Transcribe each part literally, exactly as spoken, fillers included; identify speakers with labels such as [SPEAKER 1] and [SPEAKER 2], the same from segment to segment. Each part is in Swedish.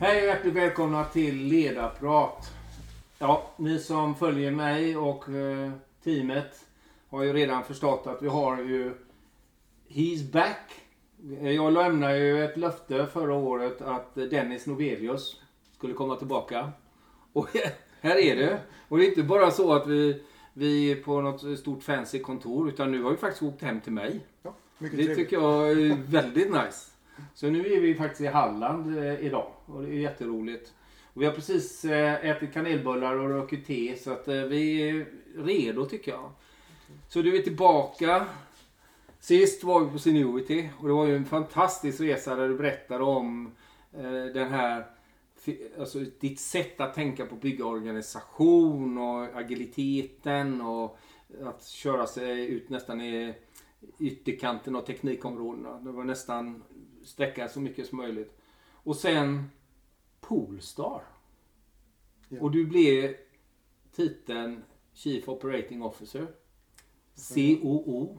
[SPEAKER 1] Hej och hjärtligt välkomna till Ledarprat. Ja, ni som följer mig och eh, teamet har ju redan förstått att vi har ju He's back. Jag lämnade ju ett löfte förra året att Dennis Novelius skulle komma tillbaka. Och här är det. Och det är inte bara så att vi, vi är på något stort fancy kontor, utan nu har vi faktiskt åkt hem till mig.
[SPEAKER 2] Ja, mycket
[SPEAKER 1] det
[SPEAKER 2] trevligt.
[SPEAKER 1] tycker jag är väldigt nice. Så nu är vi faktiskt i Halland eh, idag och det är jätteroligt. Och vi har precis eh, ätit kanelbullar och druckit te, så att eh, vi är redo tycker jag. Så du är tillbaka. Sist var vi på Seniority och det var ju en fantastisk resa där du berättade om eh, den här, alltså ditt sätt att tänka på bygga organisation och agiliteten och att köra sig ut nästan i ytterkanten av teknikområdena. Det var nästan sträcka så mycket som möjligt. Och sen Polestar. Ja. Och du blev titeln Chief Operating Officer. C O O.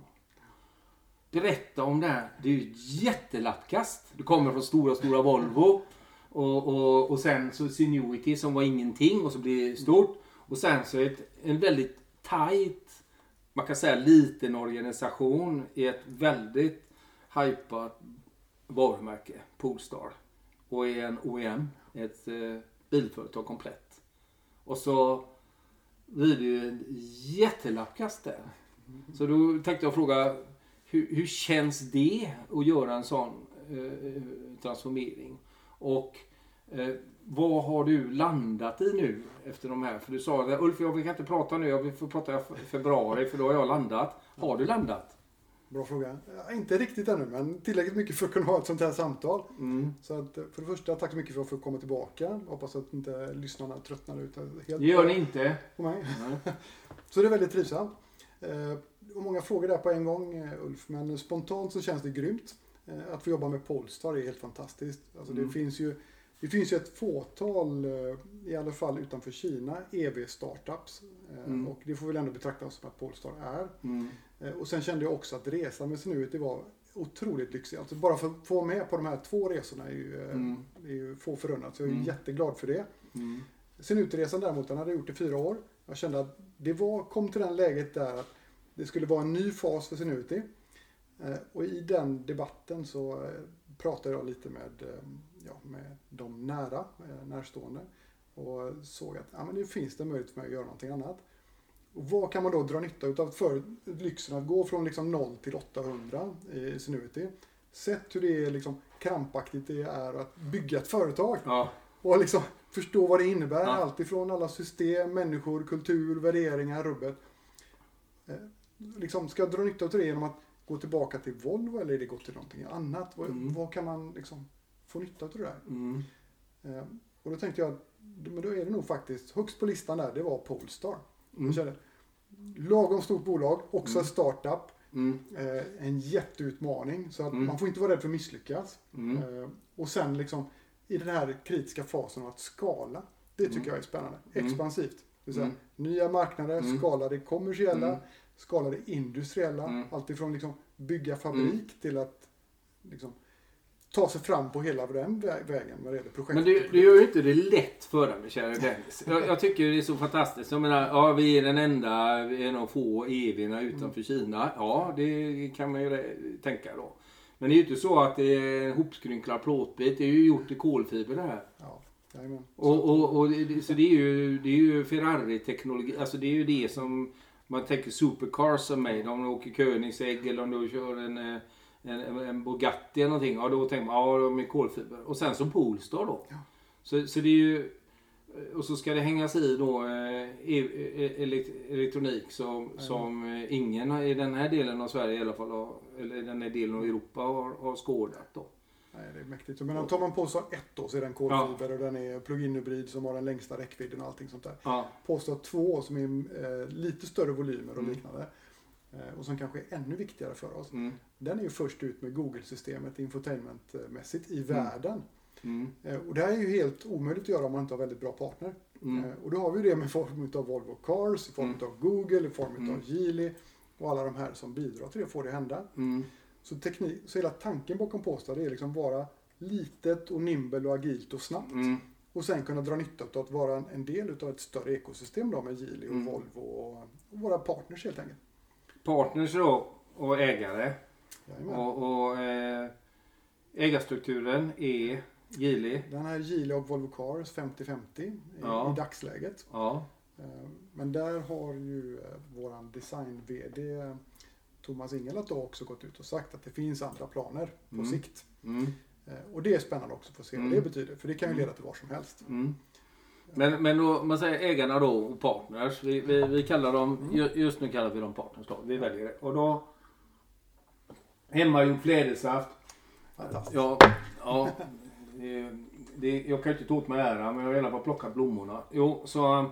[SPEAKER 1] Berätta om det här. Det är ju ett jättelappkast. Du kommer från stora, stora Volvo. Och, och, och sen så Seniority som var ingenting och så blir det stort. Och sen så ett, en väldigt tight, man kan säga liten organisation i ett väldigt hypat varumärke, Polestar. Och är en O E M, ett eh, bilföretag komplett. Och så blir det ju en jättelappkast där. Så då tänkte jag fråga, hur, hur känns det att göra en sån eh, transformering? Och eh, vad har du landat i nu efter de här? För du sa att Ulf, jag vill inte prata nu, jag får prata i februari för då har jag landat. Har du landat?
[SPEAKER 2] Bra fråga. Ja, inte riktigt ännu, men tillräckligt mycket för att kunna ha ett sånt här samtal.
[SPEAKER 1] Mm.
[SPEAKER 2] Så att, för det första, tack så mycket för att få komma tillbaka. Hoppas att inte lyssnarna tröttnar ut. Helt
[SPEAKER 1] det gör ni inte.
[SPEAKER 2] På mig. Så det är väldigt trivsamt. Eh, och många frågor där på en gång, Ulf. Men spontant så känns det grymt. Eh, att få jobba med Polestar är helt fantastiskt. Alltså, mm. det, finns ju, det finns ju ett fåtal, eh, i alla fall utanför Kina, E V-startups. Eh, mm. Och det får väl ändå betraktas som att Polestar är. Mm. Och sen kände jag också att resan med Seniority var otroligt lyxig. Alltså bara för att få med på de här två resorna är ju, mm. är ju få förunnat. Så jag är mm. jätteglad för det. Mm. Seniority-resan däremot, den hade jag gjort i fyra år. Jag kände att det var, kom till det läget där att det skulle vara en ny fas för Seniority. Och i den debatten så pratade jag lite med, ja, med de nära, närstående. Och såg att ja, men nu finns det möjlighet för mig att göra någonting annat. Och vad kan man då dra nytta utav för lyxen att gå från liksom noll till åttahundra i Seniority? Sett hur det är liksom krampaktigt det är att bygga ett företag. Ja. Och liksom förstå vad det innebär. Ja. Allt ifrån alla system, människor, kultur, värderingar, rubbet. Eh, liksom ska jag dra nytta av det genom att gå tillbaka till Volvo eller är det gå till någonting annat? Mm. Vad, vad kan man liksom få nytta av det där? Mm. Eh, och då tänkte jag, men då är det nog faktiskt högst på listan där, det var Polestar. Mm. Kände, lagom stort bolag, också mm. startup, mm. eh, en jätteutmaning så att mm. man får inte vara rädd för att misslyckas. Mm. Eh, och sen liksom i den här kritiska fasen av att skala, det tycker mm. jag är spännande, expansivt. Det vill säga, mm. nya marknader, mm. skala det kommersiella, mm. skala det industriella, mm. alltifrån liksom bygga fabrik mm. till att liksom ta sig fram på hela den vägen vad det gäller projektet.
[SPEAKER 1] Men du, du gör ju inte det lätt för dig, kära Dennis. Jag, jag tycker det är så fantastiskt. Jag menar, ja, vi är den enda, vi är de få E V:na utanför mm. Kina. Ja, det kan man ju tänka då. Men det är ju inte så att det är en hopskrynklad plåtbit. Det är ju gjort i kolfiber det här.
[SPEAKER 2] Ja, jajamän.
[SPEAKER 1] Och, och, och det, så det är ju, det är ju Ferrari-teknologi. Alltså det är ju det som man tänker supercars som mig. Om du åker Koenigsegg eller om du kör en... En, en Bugatti eller någonting, ja då tänker man, ja de är kolfiber. Och sen så Polestar då. Ja. Så, så det är ju, och så ska det hängas i då eh, elektronik som, mm. som ingen i den här delen av Sverige i alla fall, har, eller i den här delen av Europa har, har skådat då.
[SPEAKER 2] Nej, det är mäktigt. Men tar man Polestar ett då så är den kolfiber ja. Och den är plug-in hybrid som har den längsta räckvidden och allting sånt där. Ja. Polestar två som är eh, lite större volymer och mm. liknande. Och som kanske är ännu viktigare för oss. Mm. Den är ju först ut med Google-systemet infotainmentmässigt i mm. världen. Mm. Och det här är ju helt omöjligt att göra om man inte har väldigt bra partner. Mm. Och då har vi det med form av Volvo Cars, i form mm. av Google, i form av mm. Geely och alla de här som bidrar till det får det hända. Mm. Så, teknik, så hela tanken bakom Polestar är liksom bara litet och nimble och agilt och snabbt.
[SPEAKER 1] Mm.
[SPEAKER 2] Och sen kunna dra nytta av att vara en del av ett större ekosystem då med Geely och
[SPEAKER 1] Mm.
[SPEAKER 2] Volvo och, och våra partners helt enkelt.
[SPEAKER 1] Partners då och ägare.
[SPEAKER 2] Jajamän.
[SPEAKER 1] Och, och eh, ägarstrukturen är Geely.
[SPEAKER 2] Den här Geely och Volvo Cars femtio femtio i,
[SPEAKER 1] Ja.
[SPEAKER 2] i dagsläget.
[SPEAKER 1] Ja.
[SPEAKER 2] Eh, Men där har ju eh, våran design-vd eh, Thomas Ingelat då också gått ut och sagt att det finns andra planer på
[SPEAKER 1] Mm.
[SPEAKER 2] sikt.
[SPEAKER 1] Mm.
[SPEAKER 2] Eh, Och det är spännande också för att se
[SPEAKER 1] Mm.
[SPEAKER 2] vad det betyder. För det kan ju
[SPEAKER 1] Mm.
[SPEAKER 2] leda till vad som helst.
[SPEAKER 1] Mm. Men, men då, man säger ägarna då och partners. Vi, vi, vi kallar dem, ju- just nu kallar vi dem partners då. Vi väljer det. Och då hemmagjord flädersaft.
[SPEAKER 2] Fantastiskt.
[SPEAKER 1] Ja, ja det, det, jag kan inte ta åt mig ära, men jag vill i alla fall plocka blommorna. Jo, så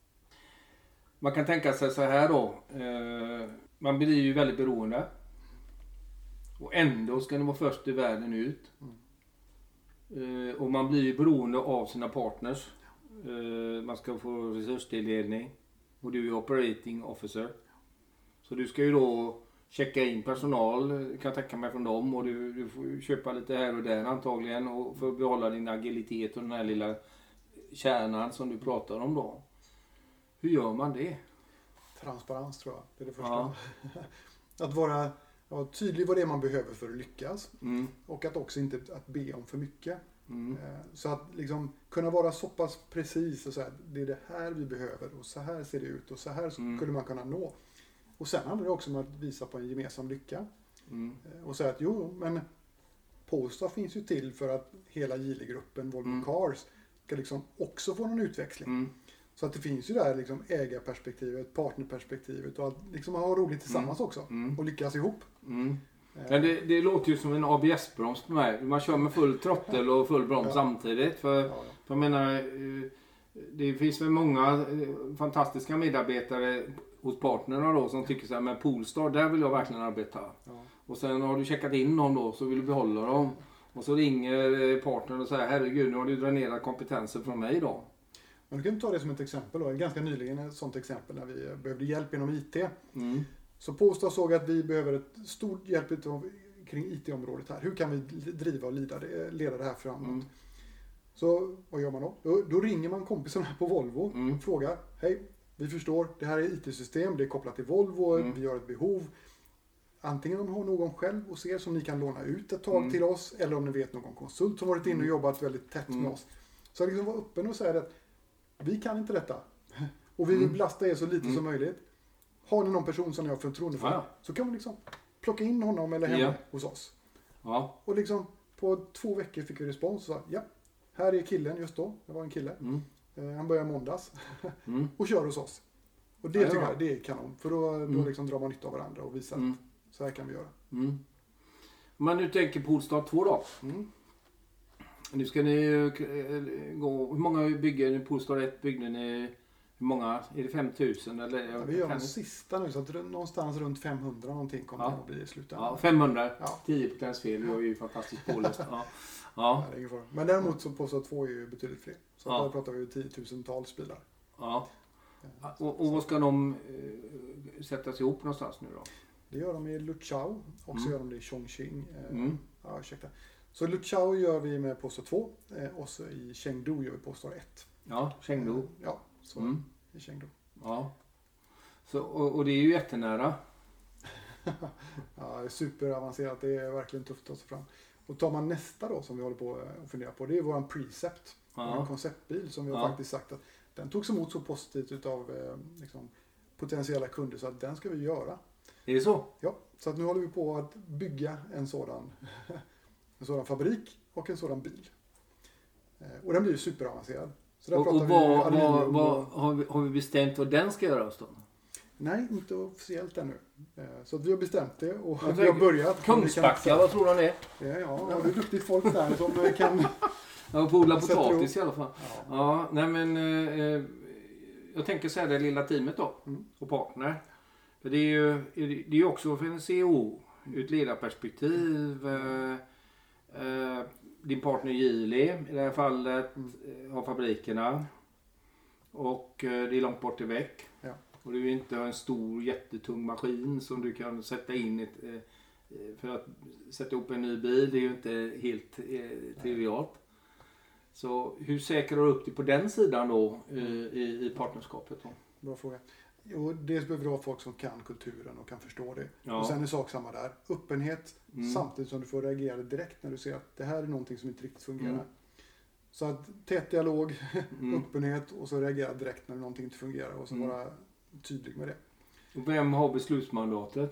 [SPEAKER 1] man kan tänka sig så här då. Eh, man blir ju väldigt beroende. Och ändå ska ni vara först i världen ut. Eh, och man blir ju beroende av sina partners. Eh, man ska få resurstilldelning. Och du är operating officer. Så du ska ju då checka in personal, kan jag tänka mig, från dem. Och du, du får ju köpa lite här och där antagligen. Och för att behålla din agilitet och den här lilla kärnan som du pratar om då. Hur gör man det?
[SPEAKER 2] Transparens tror jag. Det är det första.
[SPEAKER 1] Ja.
[SPEAKER 2] Att vara ja, tydlig vad det är man behöver för att lyckas.
[SPEAKER 1] Mm.
[SPEAKER 2] Och att också inte att be om för mycket.
[SPEAKER 1] Mm.
[SPEAKER 2] Eh, Så att liksom kunna vara så pass precis och säga det är det här vi behöver och så här ser det ut och så här
[SPEAKER 1] Mm.
[SPEAKER 2] skulle man kunna nå. Och sen handlar det också om att visa på en gemensam lycka.
[SPEAKER 1] Mm.
[SPEAKER 2] Eh, Och säga att jo, men Polestar finns ju till för att hela Geely-gruppen, Volvo
[SPEAKER 1] Mm.
[SPEAKER 2] Cars, ska liksom också få någon utväxling.
[SPEAKER 1] Mm.
[SPEAKER 2] Så att det finns ju där liksom ägarperspektivet, partnerperspektivet och att liksom ha roligt tillsammans också.
[SPEAKER 1] Mm.
[SPEAKER 2] Och lyckas ihop.
[SPEAKER 1] Mm.
[SPEAKER 2] Eh,
[SPEAKER 1] Men det, det låter ju som en A B S-broms på mig. Man kör med full trottel och full broms
[SPEAKER 2] Ja.
[SPEAKER 1] samtidigt. För,
[SPEAKER 2] ja, ja.
[SPEAKER 1] för jag menar, eh, det finns väl många eh, fantastiska medarbetare hos partnerna då som tycker så här, men Polestar, där vill jag verkligen arbeta.
[SPEAKER 2] Ja.
[SPEAKER 1] Och sen har du checkat in dem då, så vill du behålla dem. Och så ringer eh, partnern och säger, herregud, nu har du dränerat kompetensen från mig då.
[SPEAKER 2] Men du kan ta det som ett exempel då. Ganska nyligen ett sånt exempel när vi behövde hjälp inom I T.
[SPEAKER 1] Mm.
[SPEAKER 2] Så Polestar såg att vi behöver ett stort hjälp utav, kring I T-området här. Hur kan vi driva och leda det, leda det här framåt?
[SPEAKER 1] Mm.
[SPEAKER 2] Så vad gör man då? Då, då ringer man kompisen här på Volvo
[SPEAKER 1] Mm.
[SPEAKER 2] och frågar. Hej, vi förstår, det här är I T-system, det är kopplat till Volvo,
[SPEAKER 1] Mm.
[SPEAKER 2] vi har ett behov. Antingen om ni har någon själv hos er som ni kan låna ut ett tag
[SPEAKER 1] Mm.
[SPEAKER 2] till oss, eller om ni vet någon konsult som varit inne och jobbat väldigt tätt
[SPEAKER 1] Mm.
[SPEAKER 2] med oss. Så liksom vara öppen och säga att vi kan inte detta. Och vi vill
[SPEAKER 1] Mm.
[SPEAKER 2] belasta er så lite
[SPEAKER 1] Mm.
[SPEAKER 2] som möjligt. Har ni någon person som ni har förtroende för,
[SPEAKER 1] Ja.
[SPEAKER 2] så kan vi liksom plocka in honom eller henne
[SPEAKER 1] Ja.
[SPEAKER 2] hos oss.
[SPEAKER 1] Ja.
[SPEAKER 2] Och liksom på två veckor fick vi respons och sa, ja, här är killen just då. Det var en kille.
[SPEAKER 1] Mm.
[SPEAKER 2] Eh, Han börjar måndags
[SPEAKER 1] Mm.
[SPEAKER 2] och kör hos oss. Och det
[SPEAKER 1] Ja, det är
[SPEAKER 2] tycker
[SPEAKER 1] bra.
[SPEAKER 2] jag det är kanon. För då, då
[SPEAKER 1] Mm.
[SPEAKER 2] liksom drar man nytta av varandra och visar
[SPEAKER 1] Mm.
[SPEAKER 2] att så här kan vi göra.
[SPEAKER 1] Mm. Om man nu tänker Polestar två då.
[SPEAKER 2] Mm.
[SPEAKER 1] Nu ska ni ju eh, gå, hur många bygger ni Polestar ett? Byggde ni, hur många? Är det fem tusen eller?
[SPEAKER 2] Ja, vi gör
[SPEAKER 1] kan
[SPEAKER 2] de
[SPEAKER 1] ni-
[SPEAKER 2] sista nu så att runt- någonstans runt femhundra någonting kommer
[SPEAKER 1] Ja.
[SPEAKER 2] det att bli i slutändan.
[SPEAKER 1] Ja, femhundra.
[SPEAKER 2] Ja.
[SPEAKER 1] tio potensfel, jag är ju fantastiskt påläst. Ja.
[SPEAKER 2] Ja,
[SPEAKER 1] Ja.
[SPEAKER 2] det är ingen fara. Men däremot så Polestar två är ju betydligt fler. Så
[SPEAKER 1] Ja.
[SPEAKER 2] där pratar vi ju tiotusentals bilar.
[SPEAKER 1] Ja.
[SPEAKER 2] Ja.
[SPEAKER 1] Och, och vad ska de eh, sättas ihop någonstans nu då?
[SPEAKER 2] Det gör de i Luchao och så
[SPEAKER 1] Mm.
[SPEAKER 2] gör de det i Chongqing. Eh,
[SPEAKER 1] Mm.
[SPEAKER 2] Ja, ursäkta. Så Luchao gör vi med Polestar två eh, och så i Chengdu gör vi Polestar ett.
[SPEAKER 1] Ja, Chengdu.
[SPEAKER 2] Eh, Ja, så
[SPEAKER 1] Mm.
[SPEAKER 2] i Chengdu.
[SPEAKER 1] Ja. Så, och, och det är ju jättenära.
[SPEAKER 2] Ja, det är superavancerat. Det är verkligen tufft att ta sig fram. Och tar man nästa då som vi håller på att fundera på. Det är våran Precept.
[SPEAKER 1] Ja.
[SPEAKER 2] Vår konceptbil som vi har
[SPEAKER 1] Ja.
[SPEAKER 2] faktiskt sagt att den togs emot så positivt utav eh, liksom, potentiella kunder så att den ska vi göra.
[SPEAKER 1] Är det så?
[SPEAKER 2] Ja, så att nu håller vi på att bygga en sådan, en sådan fabrik och en sådan bil. Eh, Och den blir ju superavancerad. Så där
[SPEAKER 1] Och,
[SPEAKER 2] pratar
[SPEAKER 1] och
[SPEAKER 2] vi
[SPEAKER 1] vad, vad,
[SPEAKER 2] aluminium
[SPEAKER 1] vad,
[SPEAKER 2] och-
[SPEAKER 1] har, vi, har vi bestämt vad den ska göra då?
[SPEAKER 2] Nej, inte officiellt ännu. Eh, Så att vi har bestämt det och
[SPEAKER 1] Jag
[SPEAKER 2] vi har
[SPEAKER 1] tänker,
[SPEAKER 2] börjat. men vi kan
[SPEAKER 1] Kungsbacka,
[SPEAKER 2] inte-
[SPEAKER 1] vad tror du om det?
[SPEAKER 2] Ja, ja, det är duktigt folk där som eh, kan...
[SPEAKER 1] Jag får odla
[SPEAKER 2] Sätter
[SPEAKER 1] potatis
[SPEAKER 2] ihop.
[SPEAKER 1] i alla fall.
[SPEAKER 2] Ja.
[SPEAKER 1] Ja, nej men eh, jag tänker så här, det lilla teamet då.
[SPEAKER 2] Mm.
[SPEAKER 1] Och partner. För det är ju det är ju också för en C E O ur ett ledarperspektiv. Eh, eh, din partner Geely i det här fallet
[SPEAKER 2] Mm.
[SPEAKER 1] eh, har fabrikerna. Och eh, det är långt bort iväg.
[SPEAKER 2] Ja.
[SPEAKER 1] Och du är inte en stor jättetung maskin som du kan sätta in ett, eh, För att sätta ihop en ny bil, det är ju inte helt eh, trivialt. Så hur säkrar du upp det på den sidan då eh, i, i partnerskapet då?
[SPEAKER 2] Bra fråga. Jo, dels behöver du ha folk som kan kulturen och kan förstå det.
[SPEAKER 1] Ja.
[SPEAKER 2] Och sen är sak samma där. Öppenhet
[SPEAKER 1] Mm.
[SPEAKER 2] samtidigt som du får reagera direkt när du ser att det här är någonting som inte riktigt fungerar.
[SPEAKER 1] Mm.
[SPEAKER 2] Så att tät dialog,
[SPEAKER 1] Mm.
[SPEAKER 2] öppenhet och så reagera direkt när någonting inte fungerar och så
[SPEAKER 1] Mm.
[SPEAKER 2] vara tydlig med det.
[SPEAKER 1] Och vem har beslutsmandatet?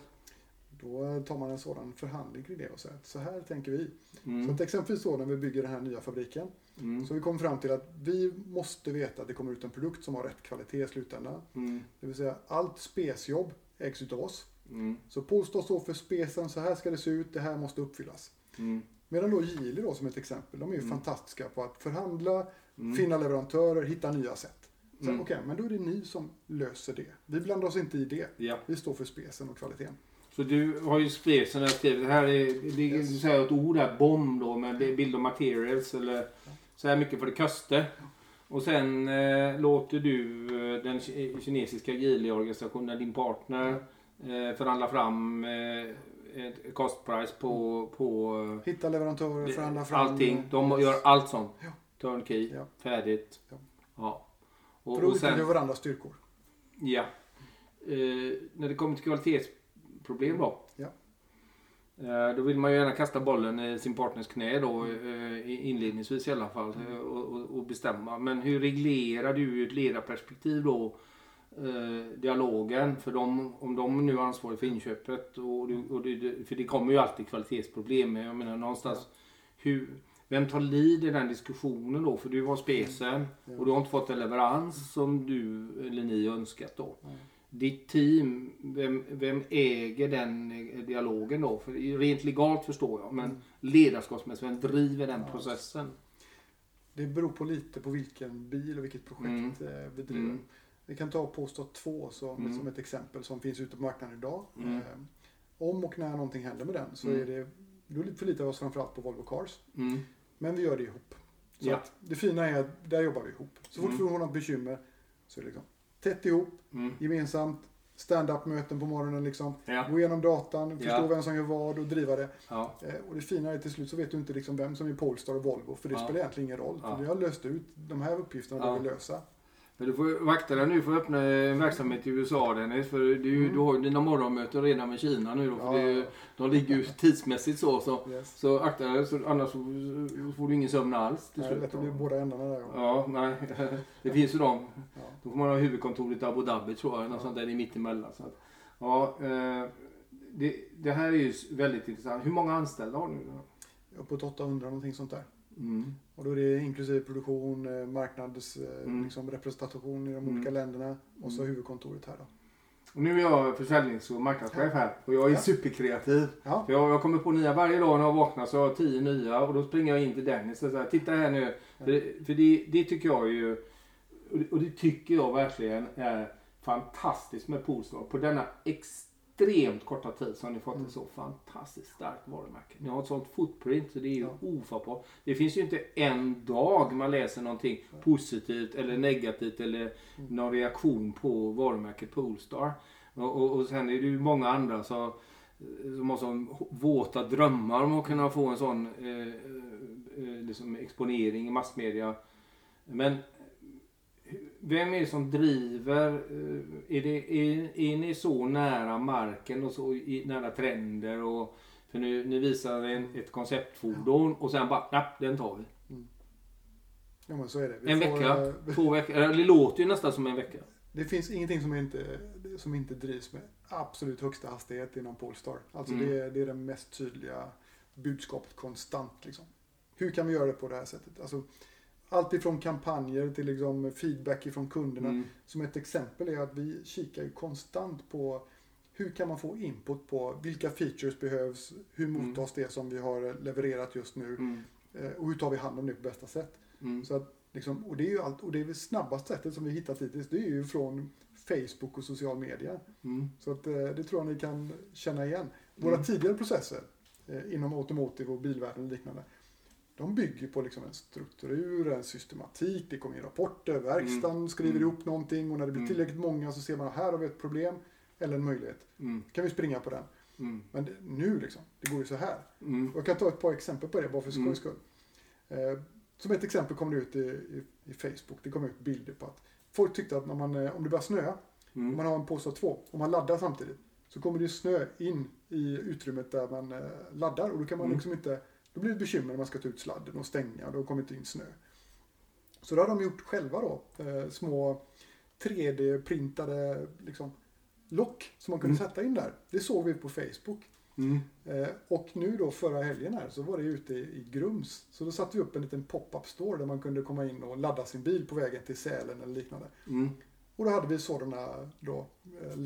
[SPEAKER 2] Då tar man en sådan förhandling kring det och säger att så här tänker vi.
[SPEAKER 1] Mm.
[SPEAKER 2] Så att exempelvis då när vi bygger den här nya fabriken
[SPEAKER 1] Mm.
[SPEAKER 2] så vi kommer fram till att vi måste veta att det kommer ut en produkt som har rätt kvalitet i slutändan.
[SPEAKER 1] Mm.
[SPEAKER 2] Det vill säga allt spesjobb ägs utav oss.
[SPEAKER 1] Mm.
[SPEAKER 2] Så Polestar står för specen, så här ska det se ut, det här måste uppfyllas.
[SPEAKER 1] Mm.
[SPEAKER 2] Medan då Geely då som ett exempel, de är ju
[SPEAKER 1] Mm.
[SPEAKER 2] fantastiska på att förhandla,
[SPEAKER 1] Mm.
[SPEAKER 2] finna leverantörer, hitta nya sätt. Så
[SPEAKER 1] Mm.
[SPEAKER 2] okej, men då är det ni som löser det. Vi blandar oss inte i det.
[SPEAKER 1] Ja.
[SPEAKER 2] Vi står för specen och kvaliteten.
[SPEAKER 1] Så du har ju specen jag skrivit. Det här är, det är
[SPEAKER 2] Yes.
[SPEAKER 1] så här ett ord där, bomb då, med bild of materials eller så här mycket för det kostar. Och sen eh, låter du eh, den ki- kinesiska Geely-organisationen, din partner, eh, förhandla fram eh, ett cost price på, på
[SPEAKER 2] Hitta leverantörer, förhandla fram.
[SPEAKER 1] allting. De gör allt sånt.
[SPEAKER 2] Ja.
[SPEAKER 1] Turnkey,
[SPEAKER 2] Ja.
[SPEAKER 1] färdigt.
[SPEAKER 2] Ja.
[SPEAKER 1] Ja.
[SPEAKER 2] För
[SPEAKER 1] Och,
[SPEAKER 2] då
[SPEAKER 1] och
[SPEAKER 2] utnyttjar
[SPEAKER 1] sen,
[SPEAKER 2] varandras styrkor.
[SPEAKER 1] ja. Eh, när det kommer till kvalitetsproblem då.
[SPEAKER 2] Ja.
[SPEAKER 1] Eh, då vill man ju gärna kasta bollen i sin partners knä då, eh, inledningsvis i alla fall, eh, och, och, och bestämma. Men hur reglerar du ur ett ledarperspektiv då eh, dialogen? För de, om de nu är ansvariga för inköpet, och, du- och du, för det kommer ju alltid kvalitetsproblem. Jag menar någonstans, hur, vem tar lead i den diskussionen då? För du har specen
[SPEAKER 2] Ja.
[SPEAKER 1] och du har inte fått en leverans som du eller ni önskat då.
[SPEAKER 2] Nej.
[SPEAKER 1] Ditt team, vem, vem äger den eh, dialogen då? För rent legalt förstår jag, men
[SPEAKER 2] Mm.
[SPEAKER 1] ledarskapsmässigt, vem driver den
[SPEAKER 2] Ja.
[SPEAKER 1] processen?
[SPEAKER 2] Det beror på lite på vilken bil och vilket projekt eh, vi driver.
[SPEAKER 1] Mm.
[SPEAKER 2] Vi kan ta Polestar två som,
[SPEAKER 1] Mm.
[SPEAKER 2] som ett exempel som finns ute på marknaden idag.
[SPEAKER 1] Mm.
[SPEAKER 2] Eh, om och när någonting händer med den så
[SPEAKER 1] Mm.
[SPEAKER 2] är det, då förlitar vi oss framförallt på Volvo Cars.
[SPEAKER 1] Mm.
[SPEAKER 2] Men vi gör det ihop. Så
[SPEAKER 1] Ja.
[SPEAKER 2] att det fina är att där jobbar vi ihop. Så fort
[SPEAKER 1] Mm.
[SPEAKER 2] vi har något bekymmer så är det liksom tätt ihop,
[SPEAKER 1] Mm.
[SPEAKER 2] gemensamt, stand-up-möten på morgonen liksom.
[SPEAKER 1] Ja.
[SPEAKER 2] Gå igenom datan, förstå
[SPEAKER 1] Ja.
[SPEAKER 2] vem som gör vad och driva det.
[SPEAKER 1] Ja.
[SPEAKER 2] Eh, och det fina är till slut så vet du inte liksom vem som är Polestar och Volvo, för det
[SPEAKER 1] Ja.
[SPEAKER 2] spelar egentligen ingen roll.
[SPEAKER 1] Ja.
[SPEAKER 2] För vi har löst ut de här uppgifterna
[SPEAKER 1] Ja.
[SPEAKER 2] ja. vi lösa.
[SPEAKER 1] Men du får vakta dig nu för att öppna en verksamhet i U S A, Dennis. För du,
[SPEAKER 2] Mm.
[SPEAKER 1] du har ju dina morgonmöten redan med Kina nu då. För
[SPEAKER 2] Ja.
[SPEAKER 1] det är ju, de ligger ju tidsmässigt så. Så,
[SPEAKER 2] Yes.
[SPEAKER 1] så akta dig, så annars så får du ingen sömn alls till
[SPEAKER 2] Det är
[SPEAKER 1] slut.
[SPEAKER 2] lätt att bli båda ändarna där. Ja.
[SPEAKER 1] Ja, nej. Det finns ju de.
[SPEAKER 2] Ja.
[SPEAKER 1] Då får man ha huvudkontoret i Abu Dhabi tror jag. Något
[SPEAKER 2] Ja.
[SPEAKER 1] sånt där i mittemellan. Så att, ja, eh, det, det här är ju väldigt intressant. Hur många anställda har ni?
[SPEAKER 2] Uppåt åttahundra någonting sånt där.
[SPEAKER 1] Mm.
[SPEAKER 2] Och då är det inklusive produktion, eh, marknads, eh,
[SPEAKER 1] Mm.
[SPEAKER 2] liksom representation i de
[SPEAKER 1] Mm.
[SPEAKER 2] olika länderna och så
[SPEAKER 1] Mm.
[SPEAKER 2] huvudkontoret här då.
[SPEAKER 1] Och nu är jag försäljnings- och marknadschef här. Och jag är
[SPEAKER 2] Ja.
[SPEAKER 1] superkreativ.
[SPEAKER 2] Ja.
[SPEAKER 1] För jag, jag kommer på nya varje dag när jag vaknar, så har jag tio nya. Och då springer jag in till Dennis och säger, titta här nu. För, det, för det, det tycker jag ju, och det, och det tycker jag verkligen är fantastiskt med Polestar. På denna extremt korta tid så har ni fått
[SPEAKER 2] Mm.
[SPEAKER 1] ett så fantastiskt starkt varumärke. Ni har ett sånt footprint så det är ju
[SPEAKER 2] Ja.
[SPEAKER 1] ofattbart. Det finns ju inte en dag man läser någonting positivt eller negativt eller
[SPEAKER 2] Mm.
[SPEAKER 1] någon reaktion på varumärket Polestar. Och, och, och sen är det ju många andra så, som har sån våta drömmar om att kunna få en sån eh, eh, liksom exponering i massmedia. Men vem är det som driver? eh, Är, det, är, är ni så nära marken och så i, nära trender? Och, för nu, ni visar en, ett konceptfordon och sen bara, ja, den tar vi.
[SPEAKER 2] Ja men så är det. Vi
[SPEAKER 1] En
[SPEAKER 2] får,
[SPEAKER 1] vecka,
[SPEAKER 2] eh,
[SPEAKER 1] två veckor. Eller Det låter ju nästan som en vecka.
[SPEAKER 2] Det finns ingenting som inte, som inte drivs med absolut högsta hastighet inom Polestar. Alltså
[SPEAKER 1] Mm.
[SPEAKER 2] det, är, det är det mest tydliga budskapet konstant. Liksom. Hur kan vi göra det på det här sättet? Alltså, allt ifrån kampanjer till liksom feedback ifrån kunderna.
[SPEAKER 1] Mm.
[SPEAKER 2] Som ett exempel är att vi kikar ju konstant på hur kan man få input på vilka features behövs, hur mottas det som vi har levererat just nu
[SPEAKER 1] Mm.
[SPEAKER 2] eh, och hur tar vi hand om det på bästa sätt.
[SPEAKER 1] Mm.
[SPEAKER 2] Så att, liksom, och det är ju allt, och det är det snabbaste sättet som vi hittat hittills, det är ju från Facebook och social media.
[SPEAKER 1] Mm.
[SPEAKER 2] Så att, eh, det tror jag ni kan känna igen. Våra
[SPEAKER 1] Mm.
[SPEAKER 2] tidigare processer eh, inom automotive och bilvärlden och liknande, de bygger på liksom en struktur, en systematik, det kommer in rapporter, verkstaden
[SPEAKER 1] Mm.
[SPEAKER 2] skriver
[SPEAKER 1] Mm.
[SPEAKER 2] ihop någonting och när det blir
[SPEAKER 1] Mm.
[SPEAKER 2] tillräckligt många så ser man att här har vi ett problem eller en möjlighet.
[SPEAKER 1] Mm.
[SPEAKER 2] Kan vi springa på den?
[SPEAKER 1] Mm.
[SPEAKER 2] Men det, nu liksom, det går ju så här.
[SPEAKER 1] Mm.
[SPEAKER 2] Och jag kan ta ett par exempel på det, bara för skojs
[SPEAKER 1] Mm.
[SPEAKER 2] skull. Eh, som ett exempel kom det ut i, i, i Facebook, det kom ut bilder på att folk tyckte att när man, om det börjar snöa,
[SPEAKER 1] Mm.
[SPEAKER 2] om man har en påse av två, om man laddar samtidigt, så kommer det ju snö in i utrymmet där man eh, laddar. Och då kan man
[SPEAKER 1] Mm.
[SPEAKER 2] liksom inte, då blir det bekymmer när man ska ta ut sladden och stänga, och då kommer inte in snö. Så då har de gjort själva då, eh, små tre D-printade liksom, lock som man kunde
[SPEAKER 1] Mm.
[SPEAKER 2] sätta in där. Det såg vi på Facebook.
[SPEAKER 1] Mm.
[SPEAKER 2] Eh, och nu då förra helgen här så var det ute i, i Grums. Så då satte vi upp en liten pop-up store där man kunde komma in och ladda sin bil på vägen till Sälen eller liknande.
[SPEAKER 1] Mm.
[SPEAKER 2] Och då hade vi sådana då eh,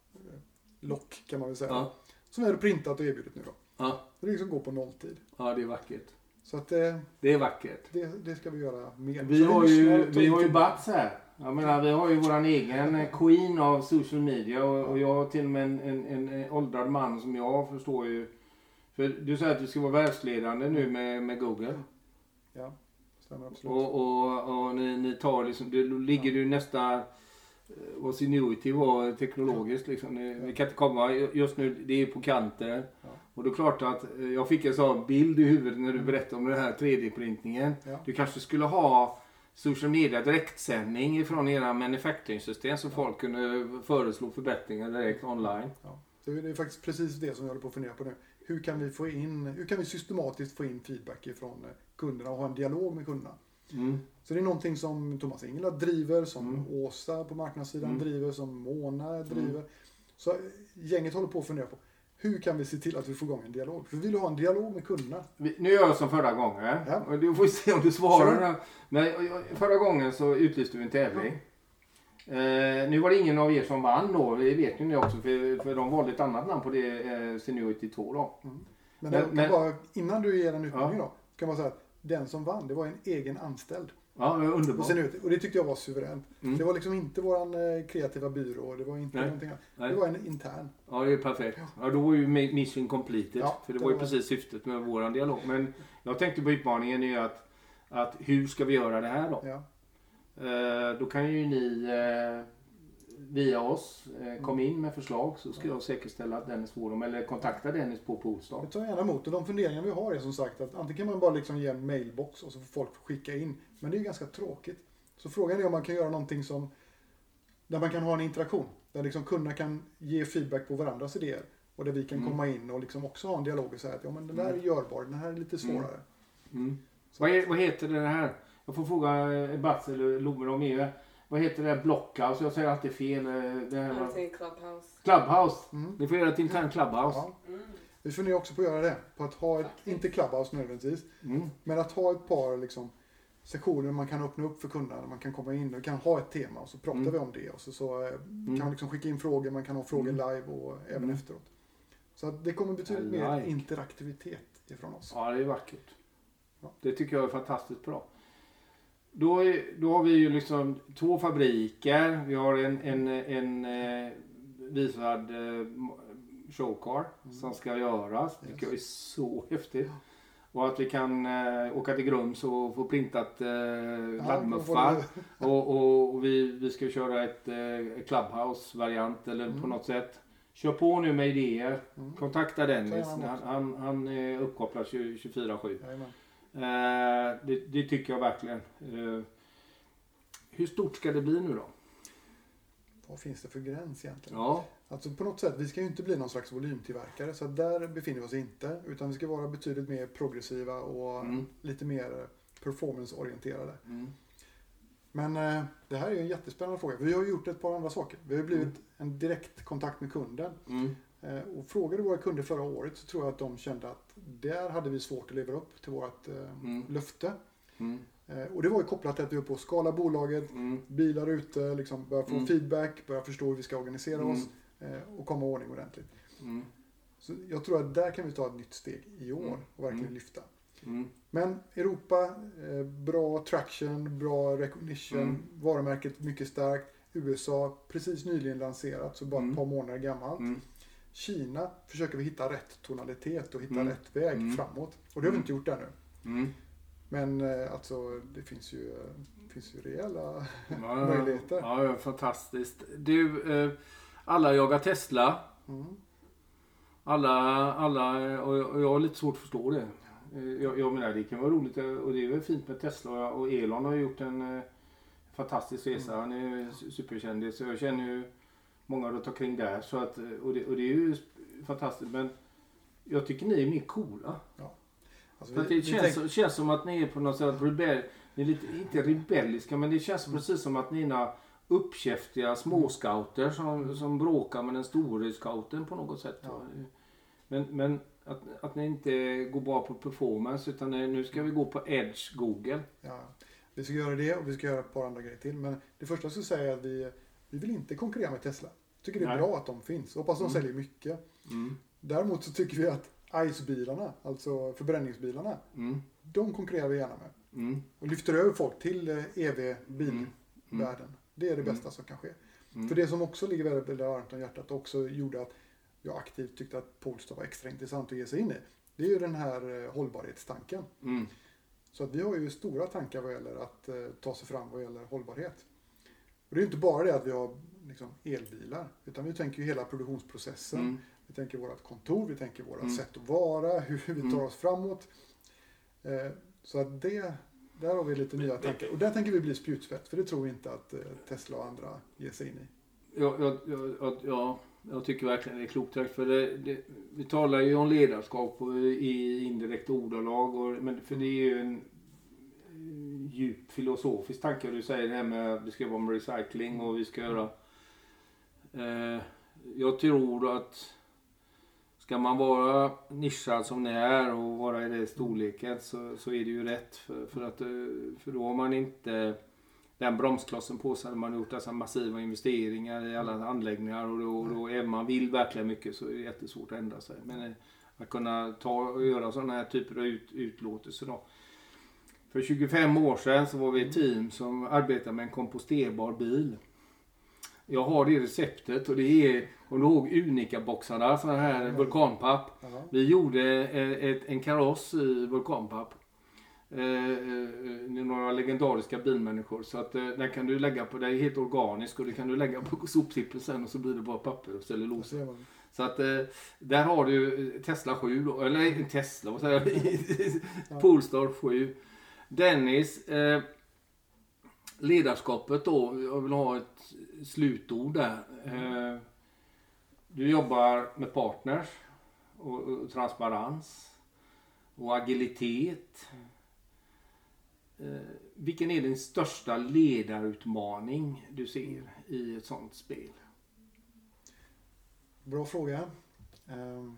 [SPEAKER 2] laddlock kan man väl säga.
[SPEAKER 1] Ja.
[SPEAKER 2] Som vi hade printat och erbjudit nu då.
[SPEAKER 1] Ja.
[SPEAKER 2] Så det liksom går på nolltid.
[SPEAKER 1] Ja, det är vackert.
[SPEAKER 2] Så att eh,
[SPEAKER 1] Det är vackert.
[SPEAKER 2] det, det ska vi göra mer.
[SPEAKER 1] Vi
[SPEAKER 2] Så
[SPEAKER 1] har
[SPEAKER 2] lyssnar
[SPEAKER 1] ju,
[SPEAKER 2] och tar
[SPEAKER 1] vi har ju
[SPEAKER 2] in-
[SPEAKER 1] Bats här. Jag menar, vi har ju våran egen queen av social media och, och jag har till och med en, en, en, en åldrad man som jag förstår ju. För du säger att vi ska vara världsledande nu med, med Google.
[SPEAKER 2] Ja, stämmer absolut.
[SPEAKER 1] Och, och, och ni, ni tar liksom, det ligger ju nästa vad Zenuity var teknologiskt liksom. Ni, vi kan inte komma, just nu det är på kanten.
[SPEAKER 2] Ja.
[SPEAKER 1] Och det är klart att jag fick en sån bild i huvudet när du berättade om den här tre D-printningen.
[SPEAKER 2] Ja.
[SPEAKER 1] Du kanske skulle ha social media direktsändning ifrån era manufacturing-system så folk kunde föreslå förbättringar direkt online.
[SPEAKER 2] Ja. Så det är faktiskt precis det som jag håller på att fundera på nu. Hur kan vi få in, hur kan vi systematiskt få in feedback ifrån kunderna och ha en dialog med kunderna?
[SPEAKER 1] Mm.
[SPEAKER 2] Så det är någonting som Thomas Ingela driver, som
[SPEAKER 1] Mm.
[SPEAKER 2] Åsa på marknadssidan
[SPEAKER 1] Mm.
[SPEAKER 2] driver, som Mona driver. Så gänget håller på att fundera på hur kan vi se till att vi får igång en dialog? För vi vill ha en dialog med kunderna.
[SPEAKER 1] Vi, nu gör jag som förra gången.
[SPEAKER 2] Ja.
[SPEAKER 1] Och du får se om du svarar.
[SPEAKER 2] Kör.
[SPEAKER 1] Men jag- jag- förra gången så utlyste vi en tävling. Eh, nu var det ingen av er som vann då. Vi vet ju det också. För, för de valde ett annat namn på det. Eh, Zenuity två då.
[SPEAKER 2] Men,
[SPEAKER 1] Men-
[SPEAKER 2] jag kan
[SPEAKER 1] men-
[SPEAKER 2] bara, innan du ger en utmaning
[SPEAKER 1] Ja.
[SPEAKER 2] då, kan man säga att den som vann, det var en egen anställd.
[SPEAKER 1] Ja, det var
[SPEAKER 2] Och,
[SPEAKER 1] underbart.
[SPEAKER 2] sen ut, och det tyckte jag var suveränt.
[SPEAKER 1] Mm.
[SPEAKER 2] Det var liksom inte våran eh, kreativa byrå, det var inte
[SPEAKER 1] Nej.
[SPEAKER 2] någonting annat.
[SPEAKER 1] Nej.
[SPEAKER 2] Det var en intern.
[SPEAKER 1] Ja, det är perfekt. Ja, då var ju mission completed.
[SPEAKER 2] Ja,
[SPEAKER 1] för det
[SPEAKER 2] det
[SPEAKER 1] var ju
[SPEAKER 2] var-
[SPEAKER 1] precis syftet med våran dialog. Men jag tänkte på utmaningen är att, att hur ska vi göra det här då?
[SPEAKER 2] Ja.
[SPEAKER 1] Eh, då kan ju ni eh, via oss eh, komma in med förslag så ska jag säkerställa att Dennis får dem. Eller kontakta Dennis på Polestar.
[SPEAKER 2] Vi tar gärna emot. Och de funderingar vi har är som sagt att antingen kan man bara liksom ge en mailbox och så får folk skicka in. Men det är ju ganska tråkigt. Så frågan är om man kan göra någonting som där man kan ha en interaktion. Där liksom kunderna kan ge feedback på varandras idéer. Och där vi kan
[SPEAKER 1] Mm.
[SPEAKER 2] komma in och liksom också ha en dialog och säga att ja, men den där är görbar, den här är lite svårare.
[SPEAKER 1] Mm. Vad, är, vad heter det här? Jag får fråga eh, Bats eller Lommer om er. Vad heter det här Blockhouse? Jag säger alltid fel. eh, Det här,
[SPEAKER 3] Allting Clubhouse.
[SPEAKER 1] Clubhouse.
[SPEAKER 2] Mm.
[SPEAKER 1] Ni får göra ett internt Clubhouse.
[SPEAKER 2] Ja.
[SPEAKER 3] Mm.
[SPEAKER 2] Vi funderar också på att göra det. På att ha ett,
[SPEAKER 3] Faktiskt.
[SPEAKER 2] inte Clubhouse nödvändigtvis,
[SPEAKER 1] Mm.
[SPEAKER 2] men att ha ett par liksom, sektioner man kan öppna upp för kunderna. Man kan komma in och kan ha ett tema och så pratar
[SPEAKER 1] Mm.
[SPEAKER 2] vi om det. Och så, så eh, kan man liksom skicka in frågor, man kan ha frågor
[SPEAKER 1] Mm.
[SPEAKER 2] live och även
[SPEAKER 1] Mm.
[SPEAKER 2] efteråt. Så att det kommer betydligt
[SPEAKER 1] I
[SPEAKER 2] mer
[SPEAKER 1] like.
[SPEAKER 2] interaktivitet ifrån oss.
[SPEAKER 1] Ja, det är vackert.
[SPEAKER 2] Ja.
[SPEAKER 1] Det tycker jag är fantastiskt bra. Då, är, då har vi ju liksom två fabriker. Vi har en, en, en eh, visad eh, showcar
[SPEAKER 2] Mm.
[SPEAKER 1] som ska göras. Det
[SPEAKER 2] Yes.
[SPEAKER 1] tycker jag är så häftigt. Och att vi kan eh, åka till Grums och få printat eh,
[SPEAKER 2] Ja,
[SPEAKER 1] laddmuffar.
[SPEAKER 2] då får du-
[SPEAKER 1] Och, och, och vi, vi ska köra ett eh, Clubhouse-variant eller
[SPEAKER 2] Mm.
[SPEAKER 1] på något sätt. Kör på nu med idéer.
[SPEAKER 2] Mm.
[SPEAKER 1] Kontakta Dennis.
[SPEAKER 2] Så gärna
[SPEAKER 1] Han, han, han är uppkopplad tjugofyra sju.
[SPEAKER 2] Jajamän.
[SPEAKER 1] Eh, det, det tycker jag verkligen. Eh, hur stort ska det bli nu då?
[SPEAKER 2] Vad finns det för gräns egentligen?
[SPEAKER 1] Ja.
[SPEAKER 2] Alltså på något sätt, vi ska ju inte bli någon slags volymtillverkare. Så att där befinner vi oss inte. Utan vi ska vara betydligt mer progressiva och
[SPEAKER 1] Mm.
[SPEAKER 2] lite mer performanceorienterade.
[SPEAKER 1] Mm.
[SPEAKER 2] Men eh, det här är ju en jättespännande fråga. Vi har ju gjort ett par andra saker. Vi har blivit en direkt kontakt med kunden.
[SPEAKER 1] Mm.
[SPEAKER 2] Eh, och frågade våra kunder förra året så tror jag att de kände att där hade vi svårt att leva upp till vårt eh,
[SPEAKER 1] Mm.
[SPEAKER 2] löfte.
[SPEAKER 1] Mm.
[SPEAKER 2] Eh, och det var ju kopplat till att vi var på att skala bolaget,
[SPEAKER 1] Mm.
[SPEAKER 2] bilar ute, liksom börja få
[SPEAKER 1] Mm.
[SPEAKER 2] feedback, börja förstå hur vi ska organisera
[SPEAKER 1] Mm.
[SPEAKER 2] oss eh, och komma i ordning ordentligt.
[SPEAKER 1] Mm.
[SPEAKER 2] Så jag tror att där kan vi ta ett nytt steg i år
[SPEAKER 1] Mm.
[SPEAKER 2] och verkligen
[SPEAKER 1] Mm.
[SPEAKER 2] lyfta.
[SPEAKER 1] Mm.
[SPEAKER 2] Men Europa, eh, bra traction, bra recognition,
[SPEAKER 1] Mm.
[SPEAKER 2] varumärket mycket starkt. U S A precis nyligen lanserat, så bara
[SPEAKER 1] Mm.
[SPEAKER 2] ett par månader gammalt.
[SPEAKER 1] Mm.
[SPEAKER 2] Kina försöker vi hitta rätt tonalitet och hitta
[SPEAKER 1] Mm.
[SPEAKER 2] rätt väg
[SPEAKER 1] Mm.
[SPEAKER 2] framåt. Och det har vi
[SPEAKER 1] Mm.
[SPEAKER 2] inte gjort ännu.
[SPEAKER 1] Mm.
[SPEAKER 2] Men eh, alltså det finns ju, eh, finns ju rejäla
[SPEAKER 1] Ja,
[SPEAKER 2] möjligheter.
[SPEAKER 1] Ja, ja, fantastiskt. Du, eh, alla jagar Tesla.
[SPEAKER 2] Mm.
[SPEAKER 1] Alla, alla och jag, och jag har lite svårt att förstå det. Jag, jag menar, det kan vara roligt och det är väl fint med Tesla och Elon har gjort en eh, fantastisk resa. Han är superkändis så jag känner ju många runt omkring där så att, och, det, och det är ju fantastiskt men jag tycker ni är mer coola.
[SPEAKER 2] Ja. Alltså
[SPEAKER 1] för
[SPEAKER 2] vi,
[SPEAKER 1] det känns,
[SPEAKER 2] tänk...
[SPEAKER 1] känns som att ni är på något sätt rebell, ni är lite, inte rebelliska men det känns mm. precis som att ni är några uppkäftiga småscouter som, som bråkar med den stora scouten på något sätt. Ja. Men, men att, att ni inte går bara på performance utan nu ska vi gå på Edge Google.
[SPEAKER 2] Ja, vi ska göra det och vi ska göra ett par andra grejer till. Men det första jag ska säga är att vi, vi vill inte konkurrera med Tesla. Jag tycker det är Nej. bra att de finns. Hoppas de mm. säljer mycket. Mm. Däremot så tycker vi att I C E-bilarna, alltså förbränningsbilarna, mm. de konkurrerar vi gärna med. Mm. Och lyfter över folk till E V-bilvärlden. Mm. Det är det bästa mm. som kan ske. Mm. För det som också ligger väldigt, väldigt varmt om hjärtat och också gjorde att jag aktivt tyckte att Polestar var extra intressant att ge sig in i. Det är ju den här eh, hållbarhetstanken. Mm. Så att vi har ju stora tankar vad gäller att eh, ta sig fram vad gäller hållbarhet. Och det är ju inte bara det att vi har liksom, elbilar. Utan vi tänker ju hela produktionsprocessen. Mm. Vi tänker vårt kontor, vi tänker våra mm. sätt att vara, hur vi tar oss framåt. Eh, så att det, där har vi lite nya tankar. Och där tänker vi bli spjutspett. För det tror vi inte att eh, Tesla och andra ger sig in i.
[SPEAKER 1] Ja, ja, ja, ja. Jag tycker verkligen det är klokt för det, det, vi talar ju om ledarskap och i indirekt ordalag och, men för det är ju en djup filosofisk tanke du säger det här med att det ska vara med recycling och vi ska göra eh, jag tror att ska man vara nischad som ni är och vara i det storleken så, så är det ju rätt för, för att för då har man inte den bromsklossen på sig när man har gjort dessa massiva investeringar i alla anläggningar och då, då är man vill verkligen mycket så är det jättesvårt att ändra sig. Men att kunna ta och göra sådana här typer av ut, utlåtelser då. För tjugofem år sedan så var vi ett team som arbetade med en komposterbar bil. Jag har det receptet och det är, om du ihåg Unica-boxarna, sådana här mm. vulkanpapp. Mm. Vi gjorde ett, en kaross i vulkanpapp. Eh, några legendariska bilmänniskor så att eh, den kan du lägga på, det är helt organiskt och det kan du lägga på soptippen sen och så blir det bara papper och cellulosa. Så att eh, där har du Tesla sju då, eller Tesla vad säger jag, Polestar sju. Dennis eh, ledarskapet då, jag vill ha ett slutord där. Eh, du jobbar med partners och, och transparens och agilitet. Eh, vilken är din största ledarutmaning du ser i ett sånt spel?
[SPEAKER 2] Bra fråga. Um,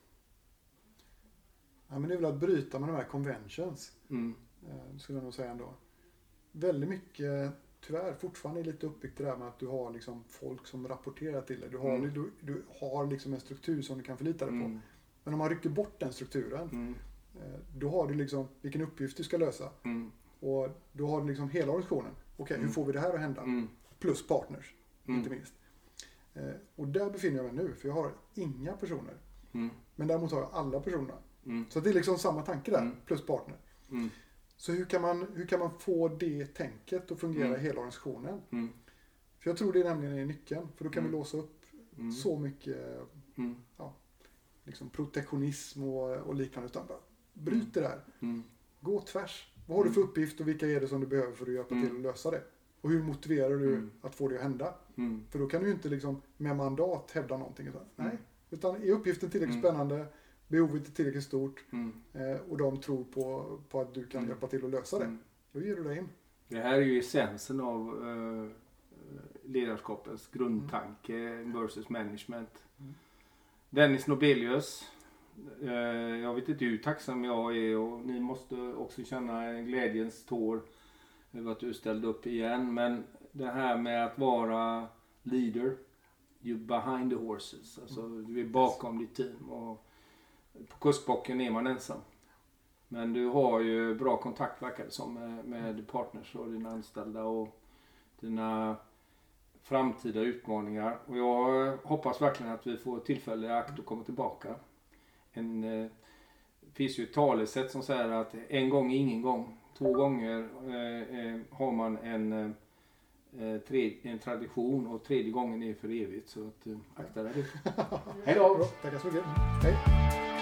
[SPEAKER 2] ja, men det är väl att bryta med de här conventions. Mm. Uh, skulle jag nog säga ändå. Väldigt mycket, tyvärr, fortfarande är lite uppbyggt det där med att du har liksom folk som rapporterar till dig. Du har, mm. du, du har liksom en struktur som du kan förlita dig på. Mm. Men om man rycker bort den strukturen, mm. uh, då har du liksom vilken uppgift du ska lösa. Mm. Och då har du liksom hela organisationen. Okej, okay, mm. hur får vi det här att hända? Mm. Plus partners, mm. inte minst. Eh, och där befinner jag mig nu, för jag har inga personer. Mm. Men däremot har jag alla personer. Mm. Så det är liksom samma tanke där, mm. plus partner. Mm. Så hur kan, man, hur kan man få det tänket att fungera mm. i hela organisationen? Mm. För jag tror det är nämligen är nyckeln. För då kan mm. vi låsa upp mm. så mycket mm. ja, liksom protektionism och, och liknande. Utan bara bryt det där. Mm. Gå tvärs. Vad har du för uppgift och vilka är det som du behöver för att hjälpa mm. till att lösa det? Och hur motiverar du mm. att få det att hända? Mm. För då kan du ju inte liksom med mandat hävda någonting. Utan, mm. nej, utan är uppgiften tillräckligt mm. spännande, behovet är tillräckligt stort mm. eh, och de tror på, på att du kan mm. hjälpa till att lösa det. Mm. Då ger du dig in.
[SPEAKER 1] Det här är ju essensen av eh, ledarskapets grundtanke mm. versus management. Mm. Dennis Nobelius. Jag vet inte hur tacksam jag är och ni måste också känna en glädjens tår över att du ställde upp igen. Men det här med att vara leader, you behind the horses. Alltså du är bakom ditt team och på kustbocken är man ensam. Men du har ju bra kontakt verkar det som med, med partners och dina anställda och dina framtida utmaningar. Och jag hoppas verkligen att vi får tillfälle i akt att komma tillbaka. En, det finns ju ett talesätt som säger att en gång är ingen gång. Två gånger eh, har man en eh, tre, en tradition och tredje gången är för evigt. Så att, eh, akta dig. Hej då!
[SPEAKER 2] Tackar så mycket. Hej!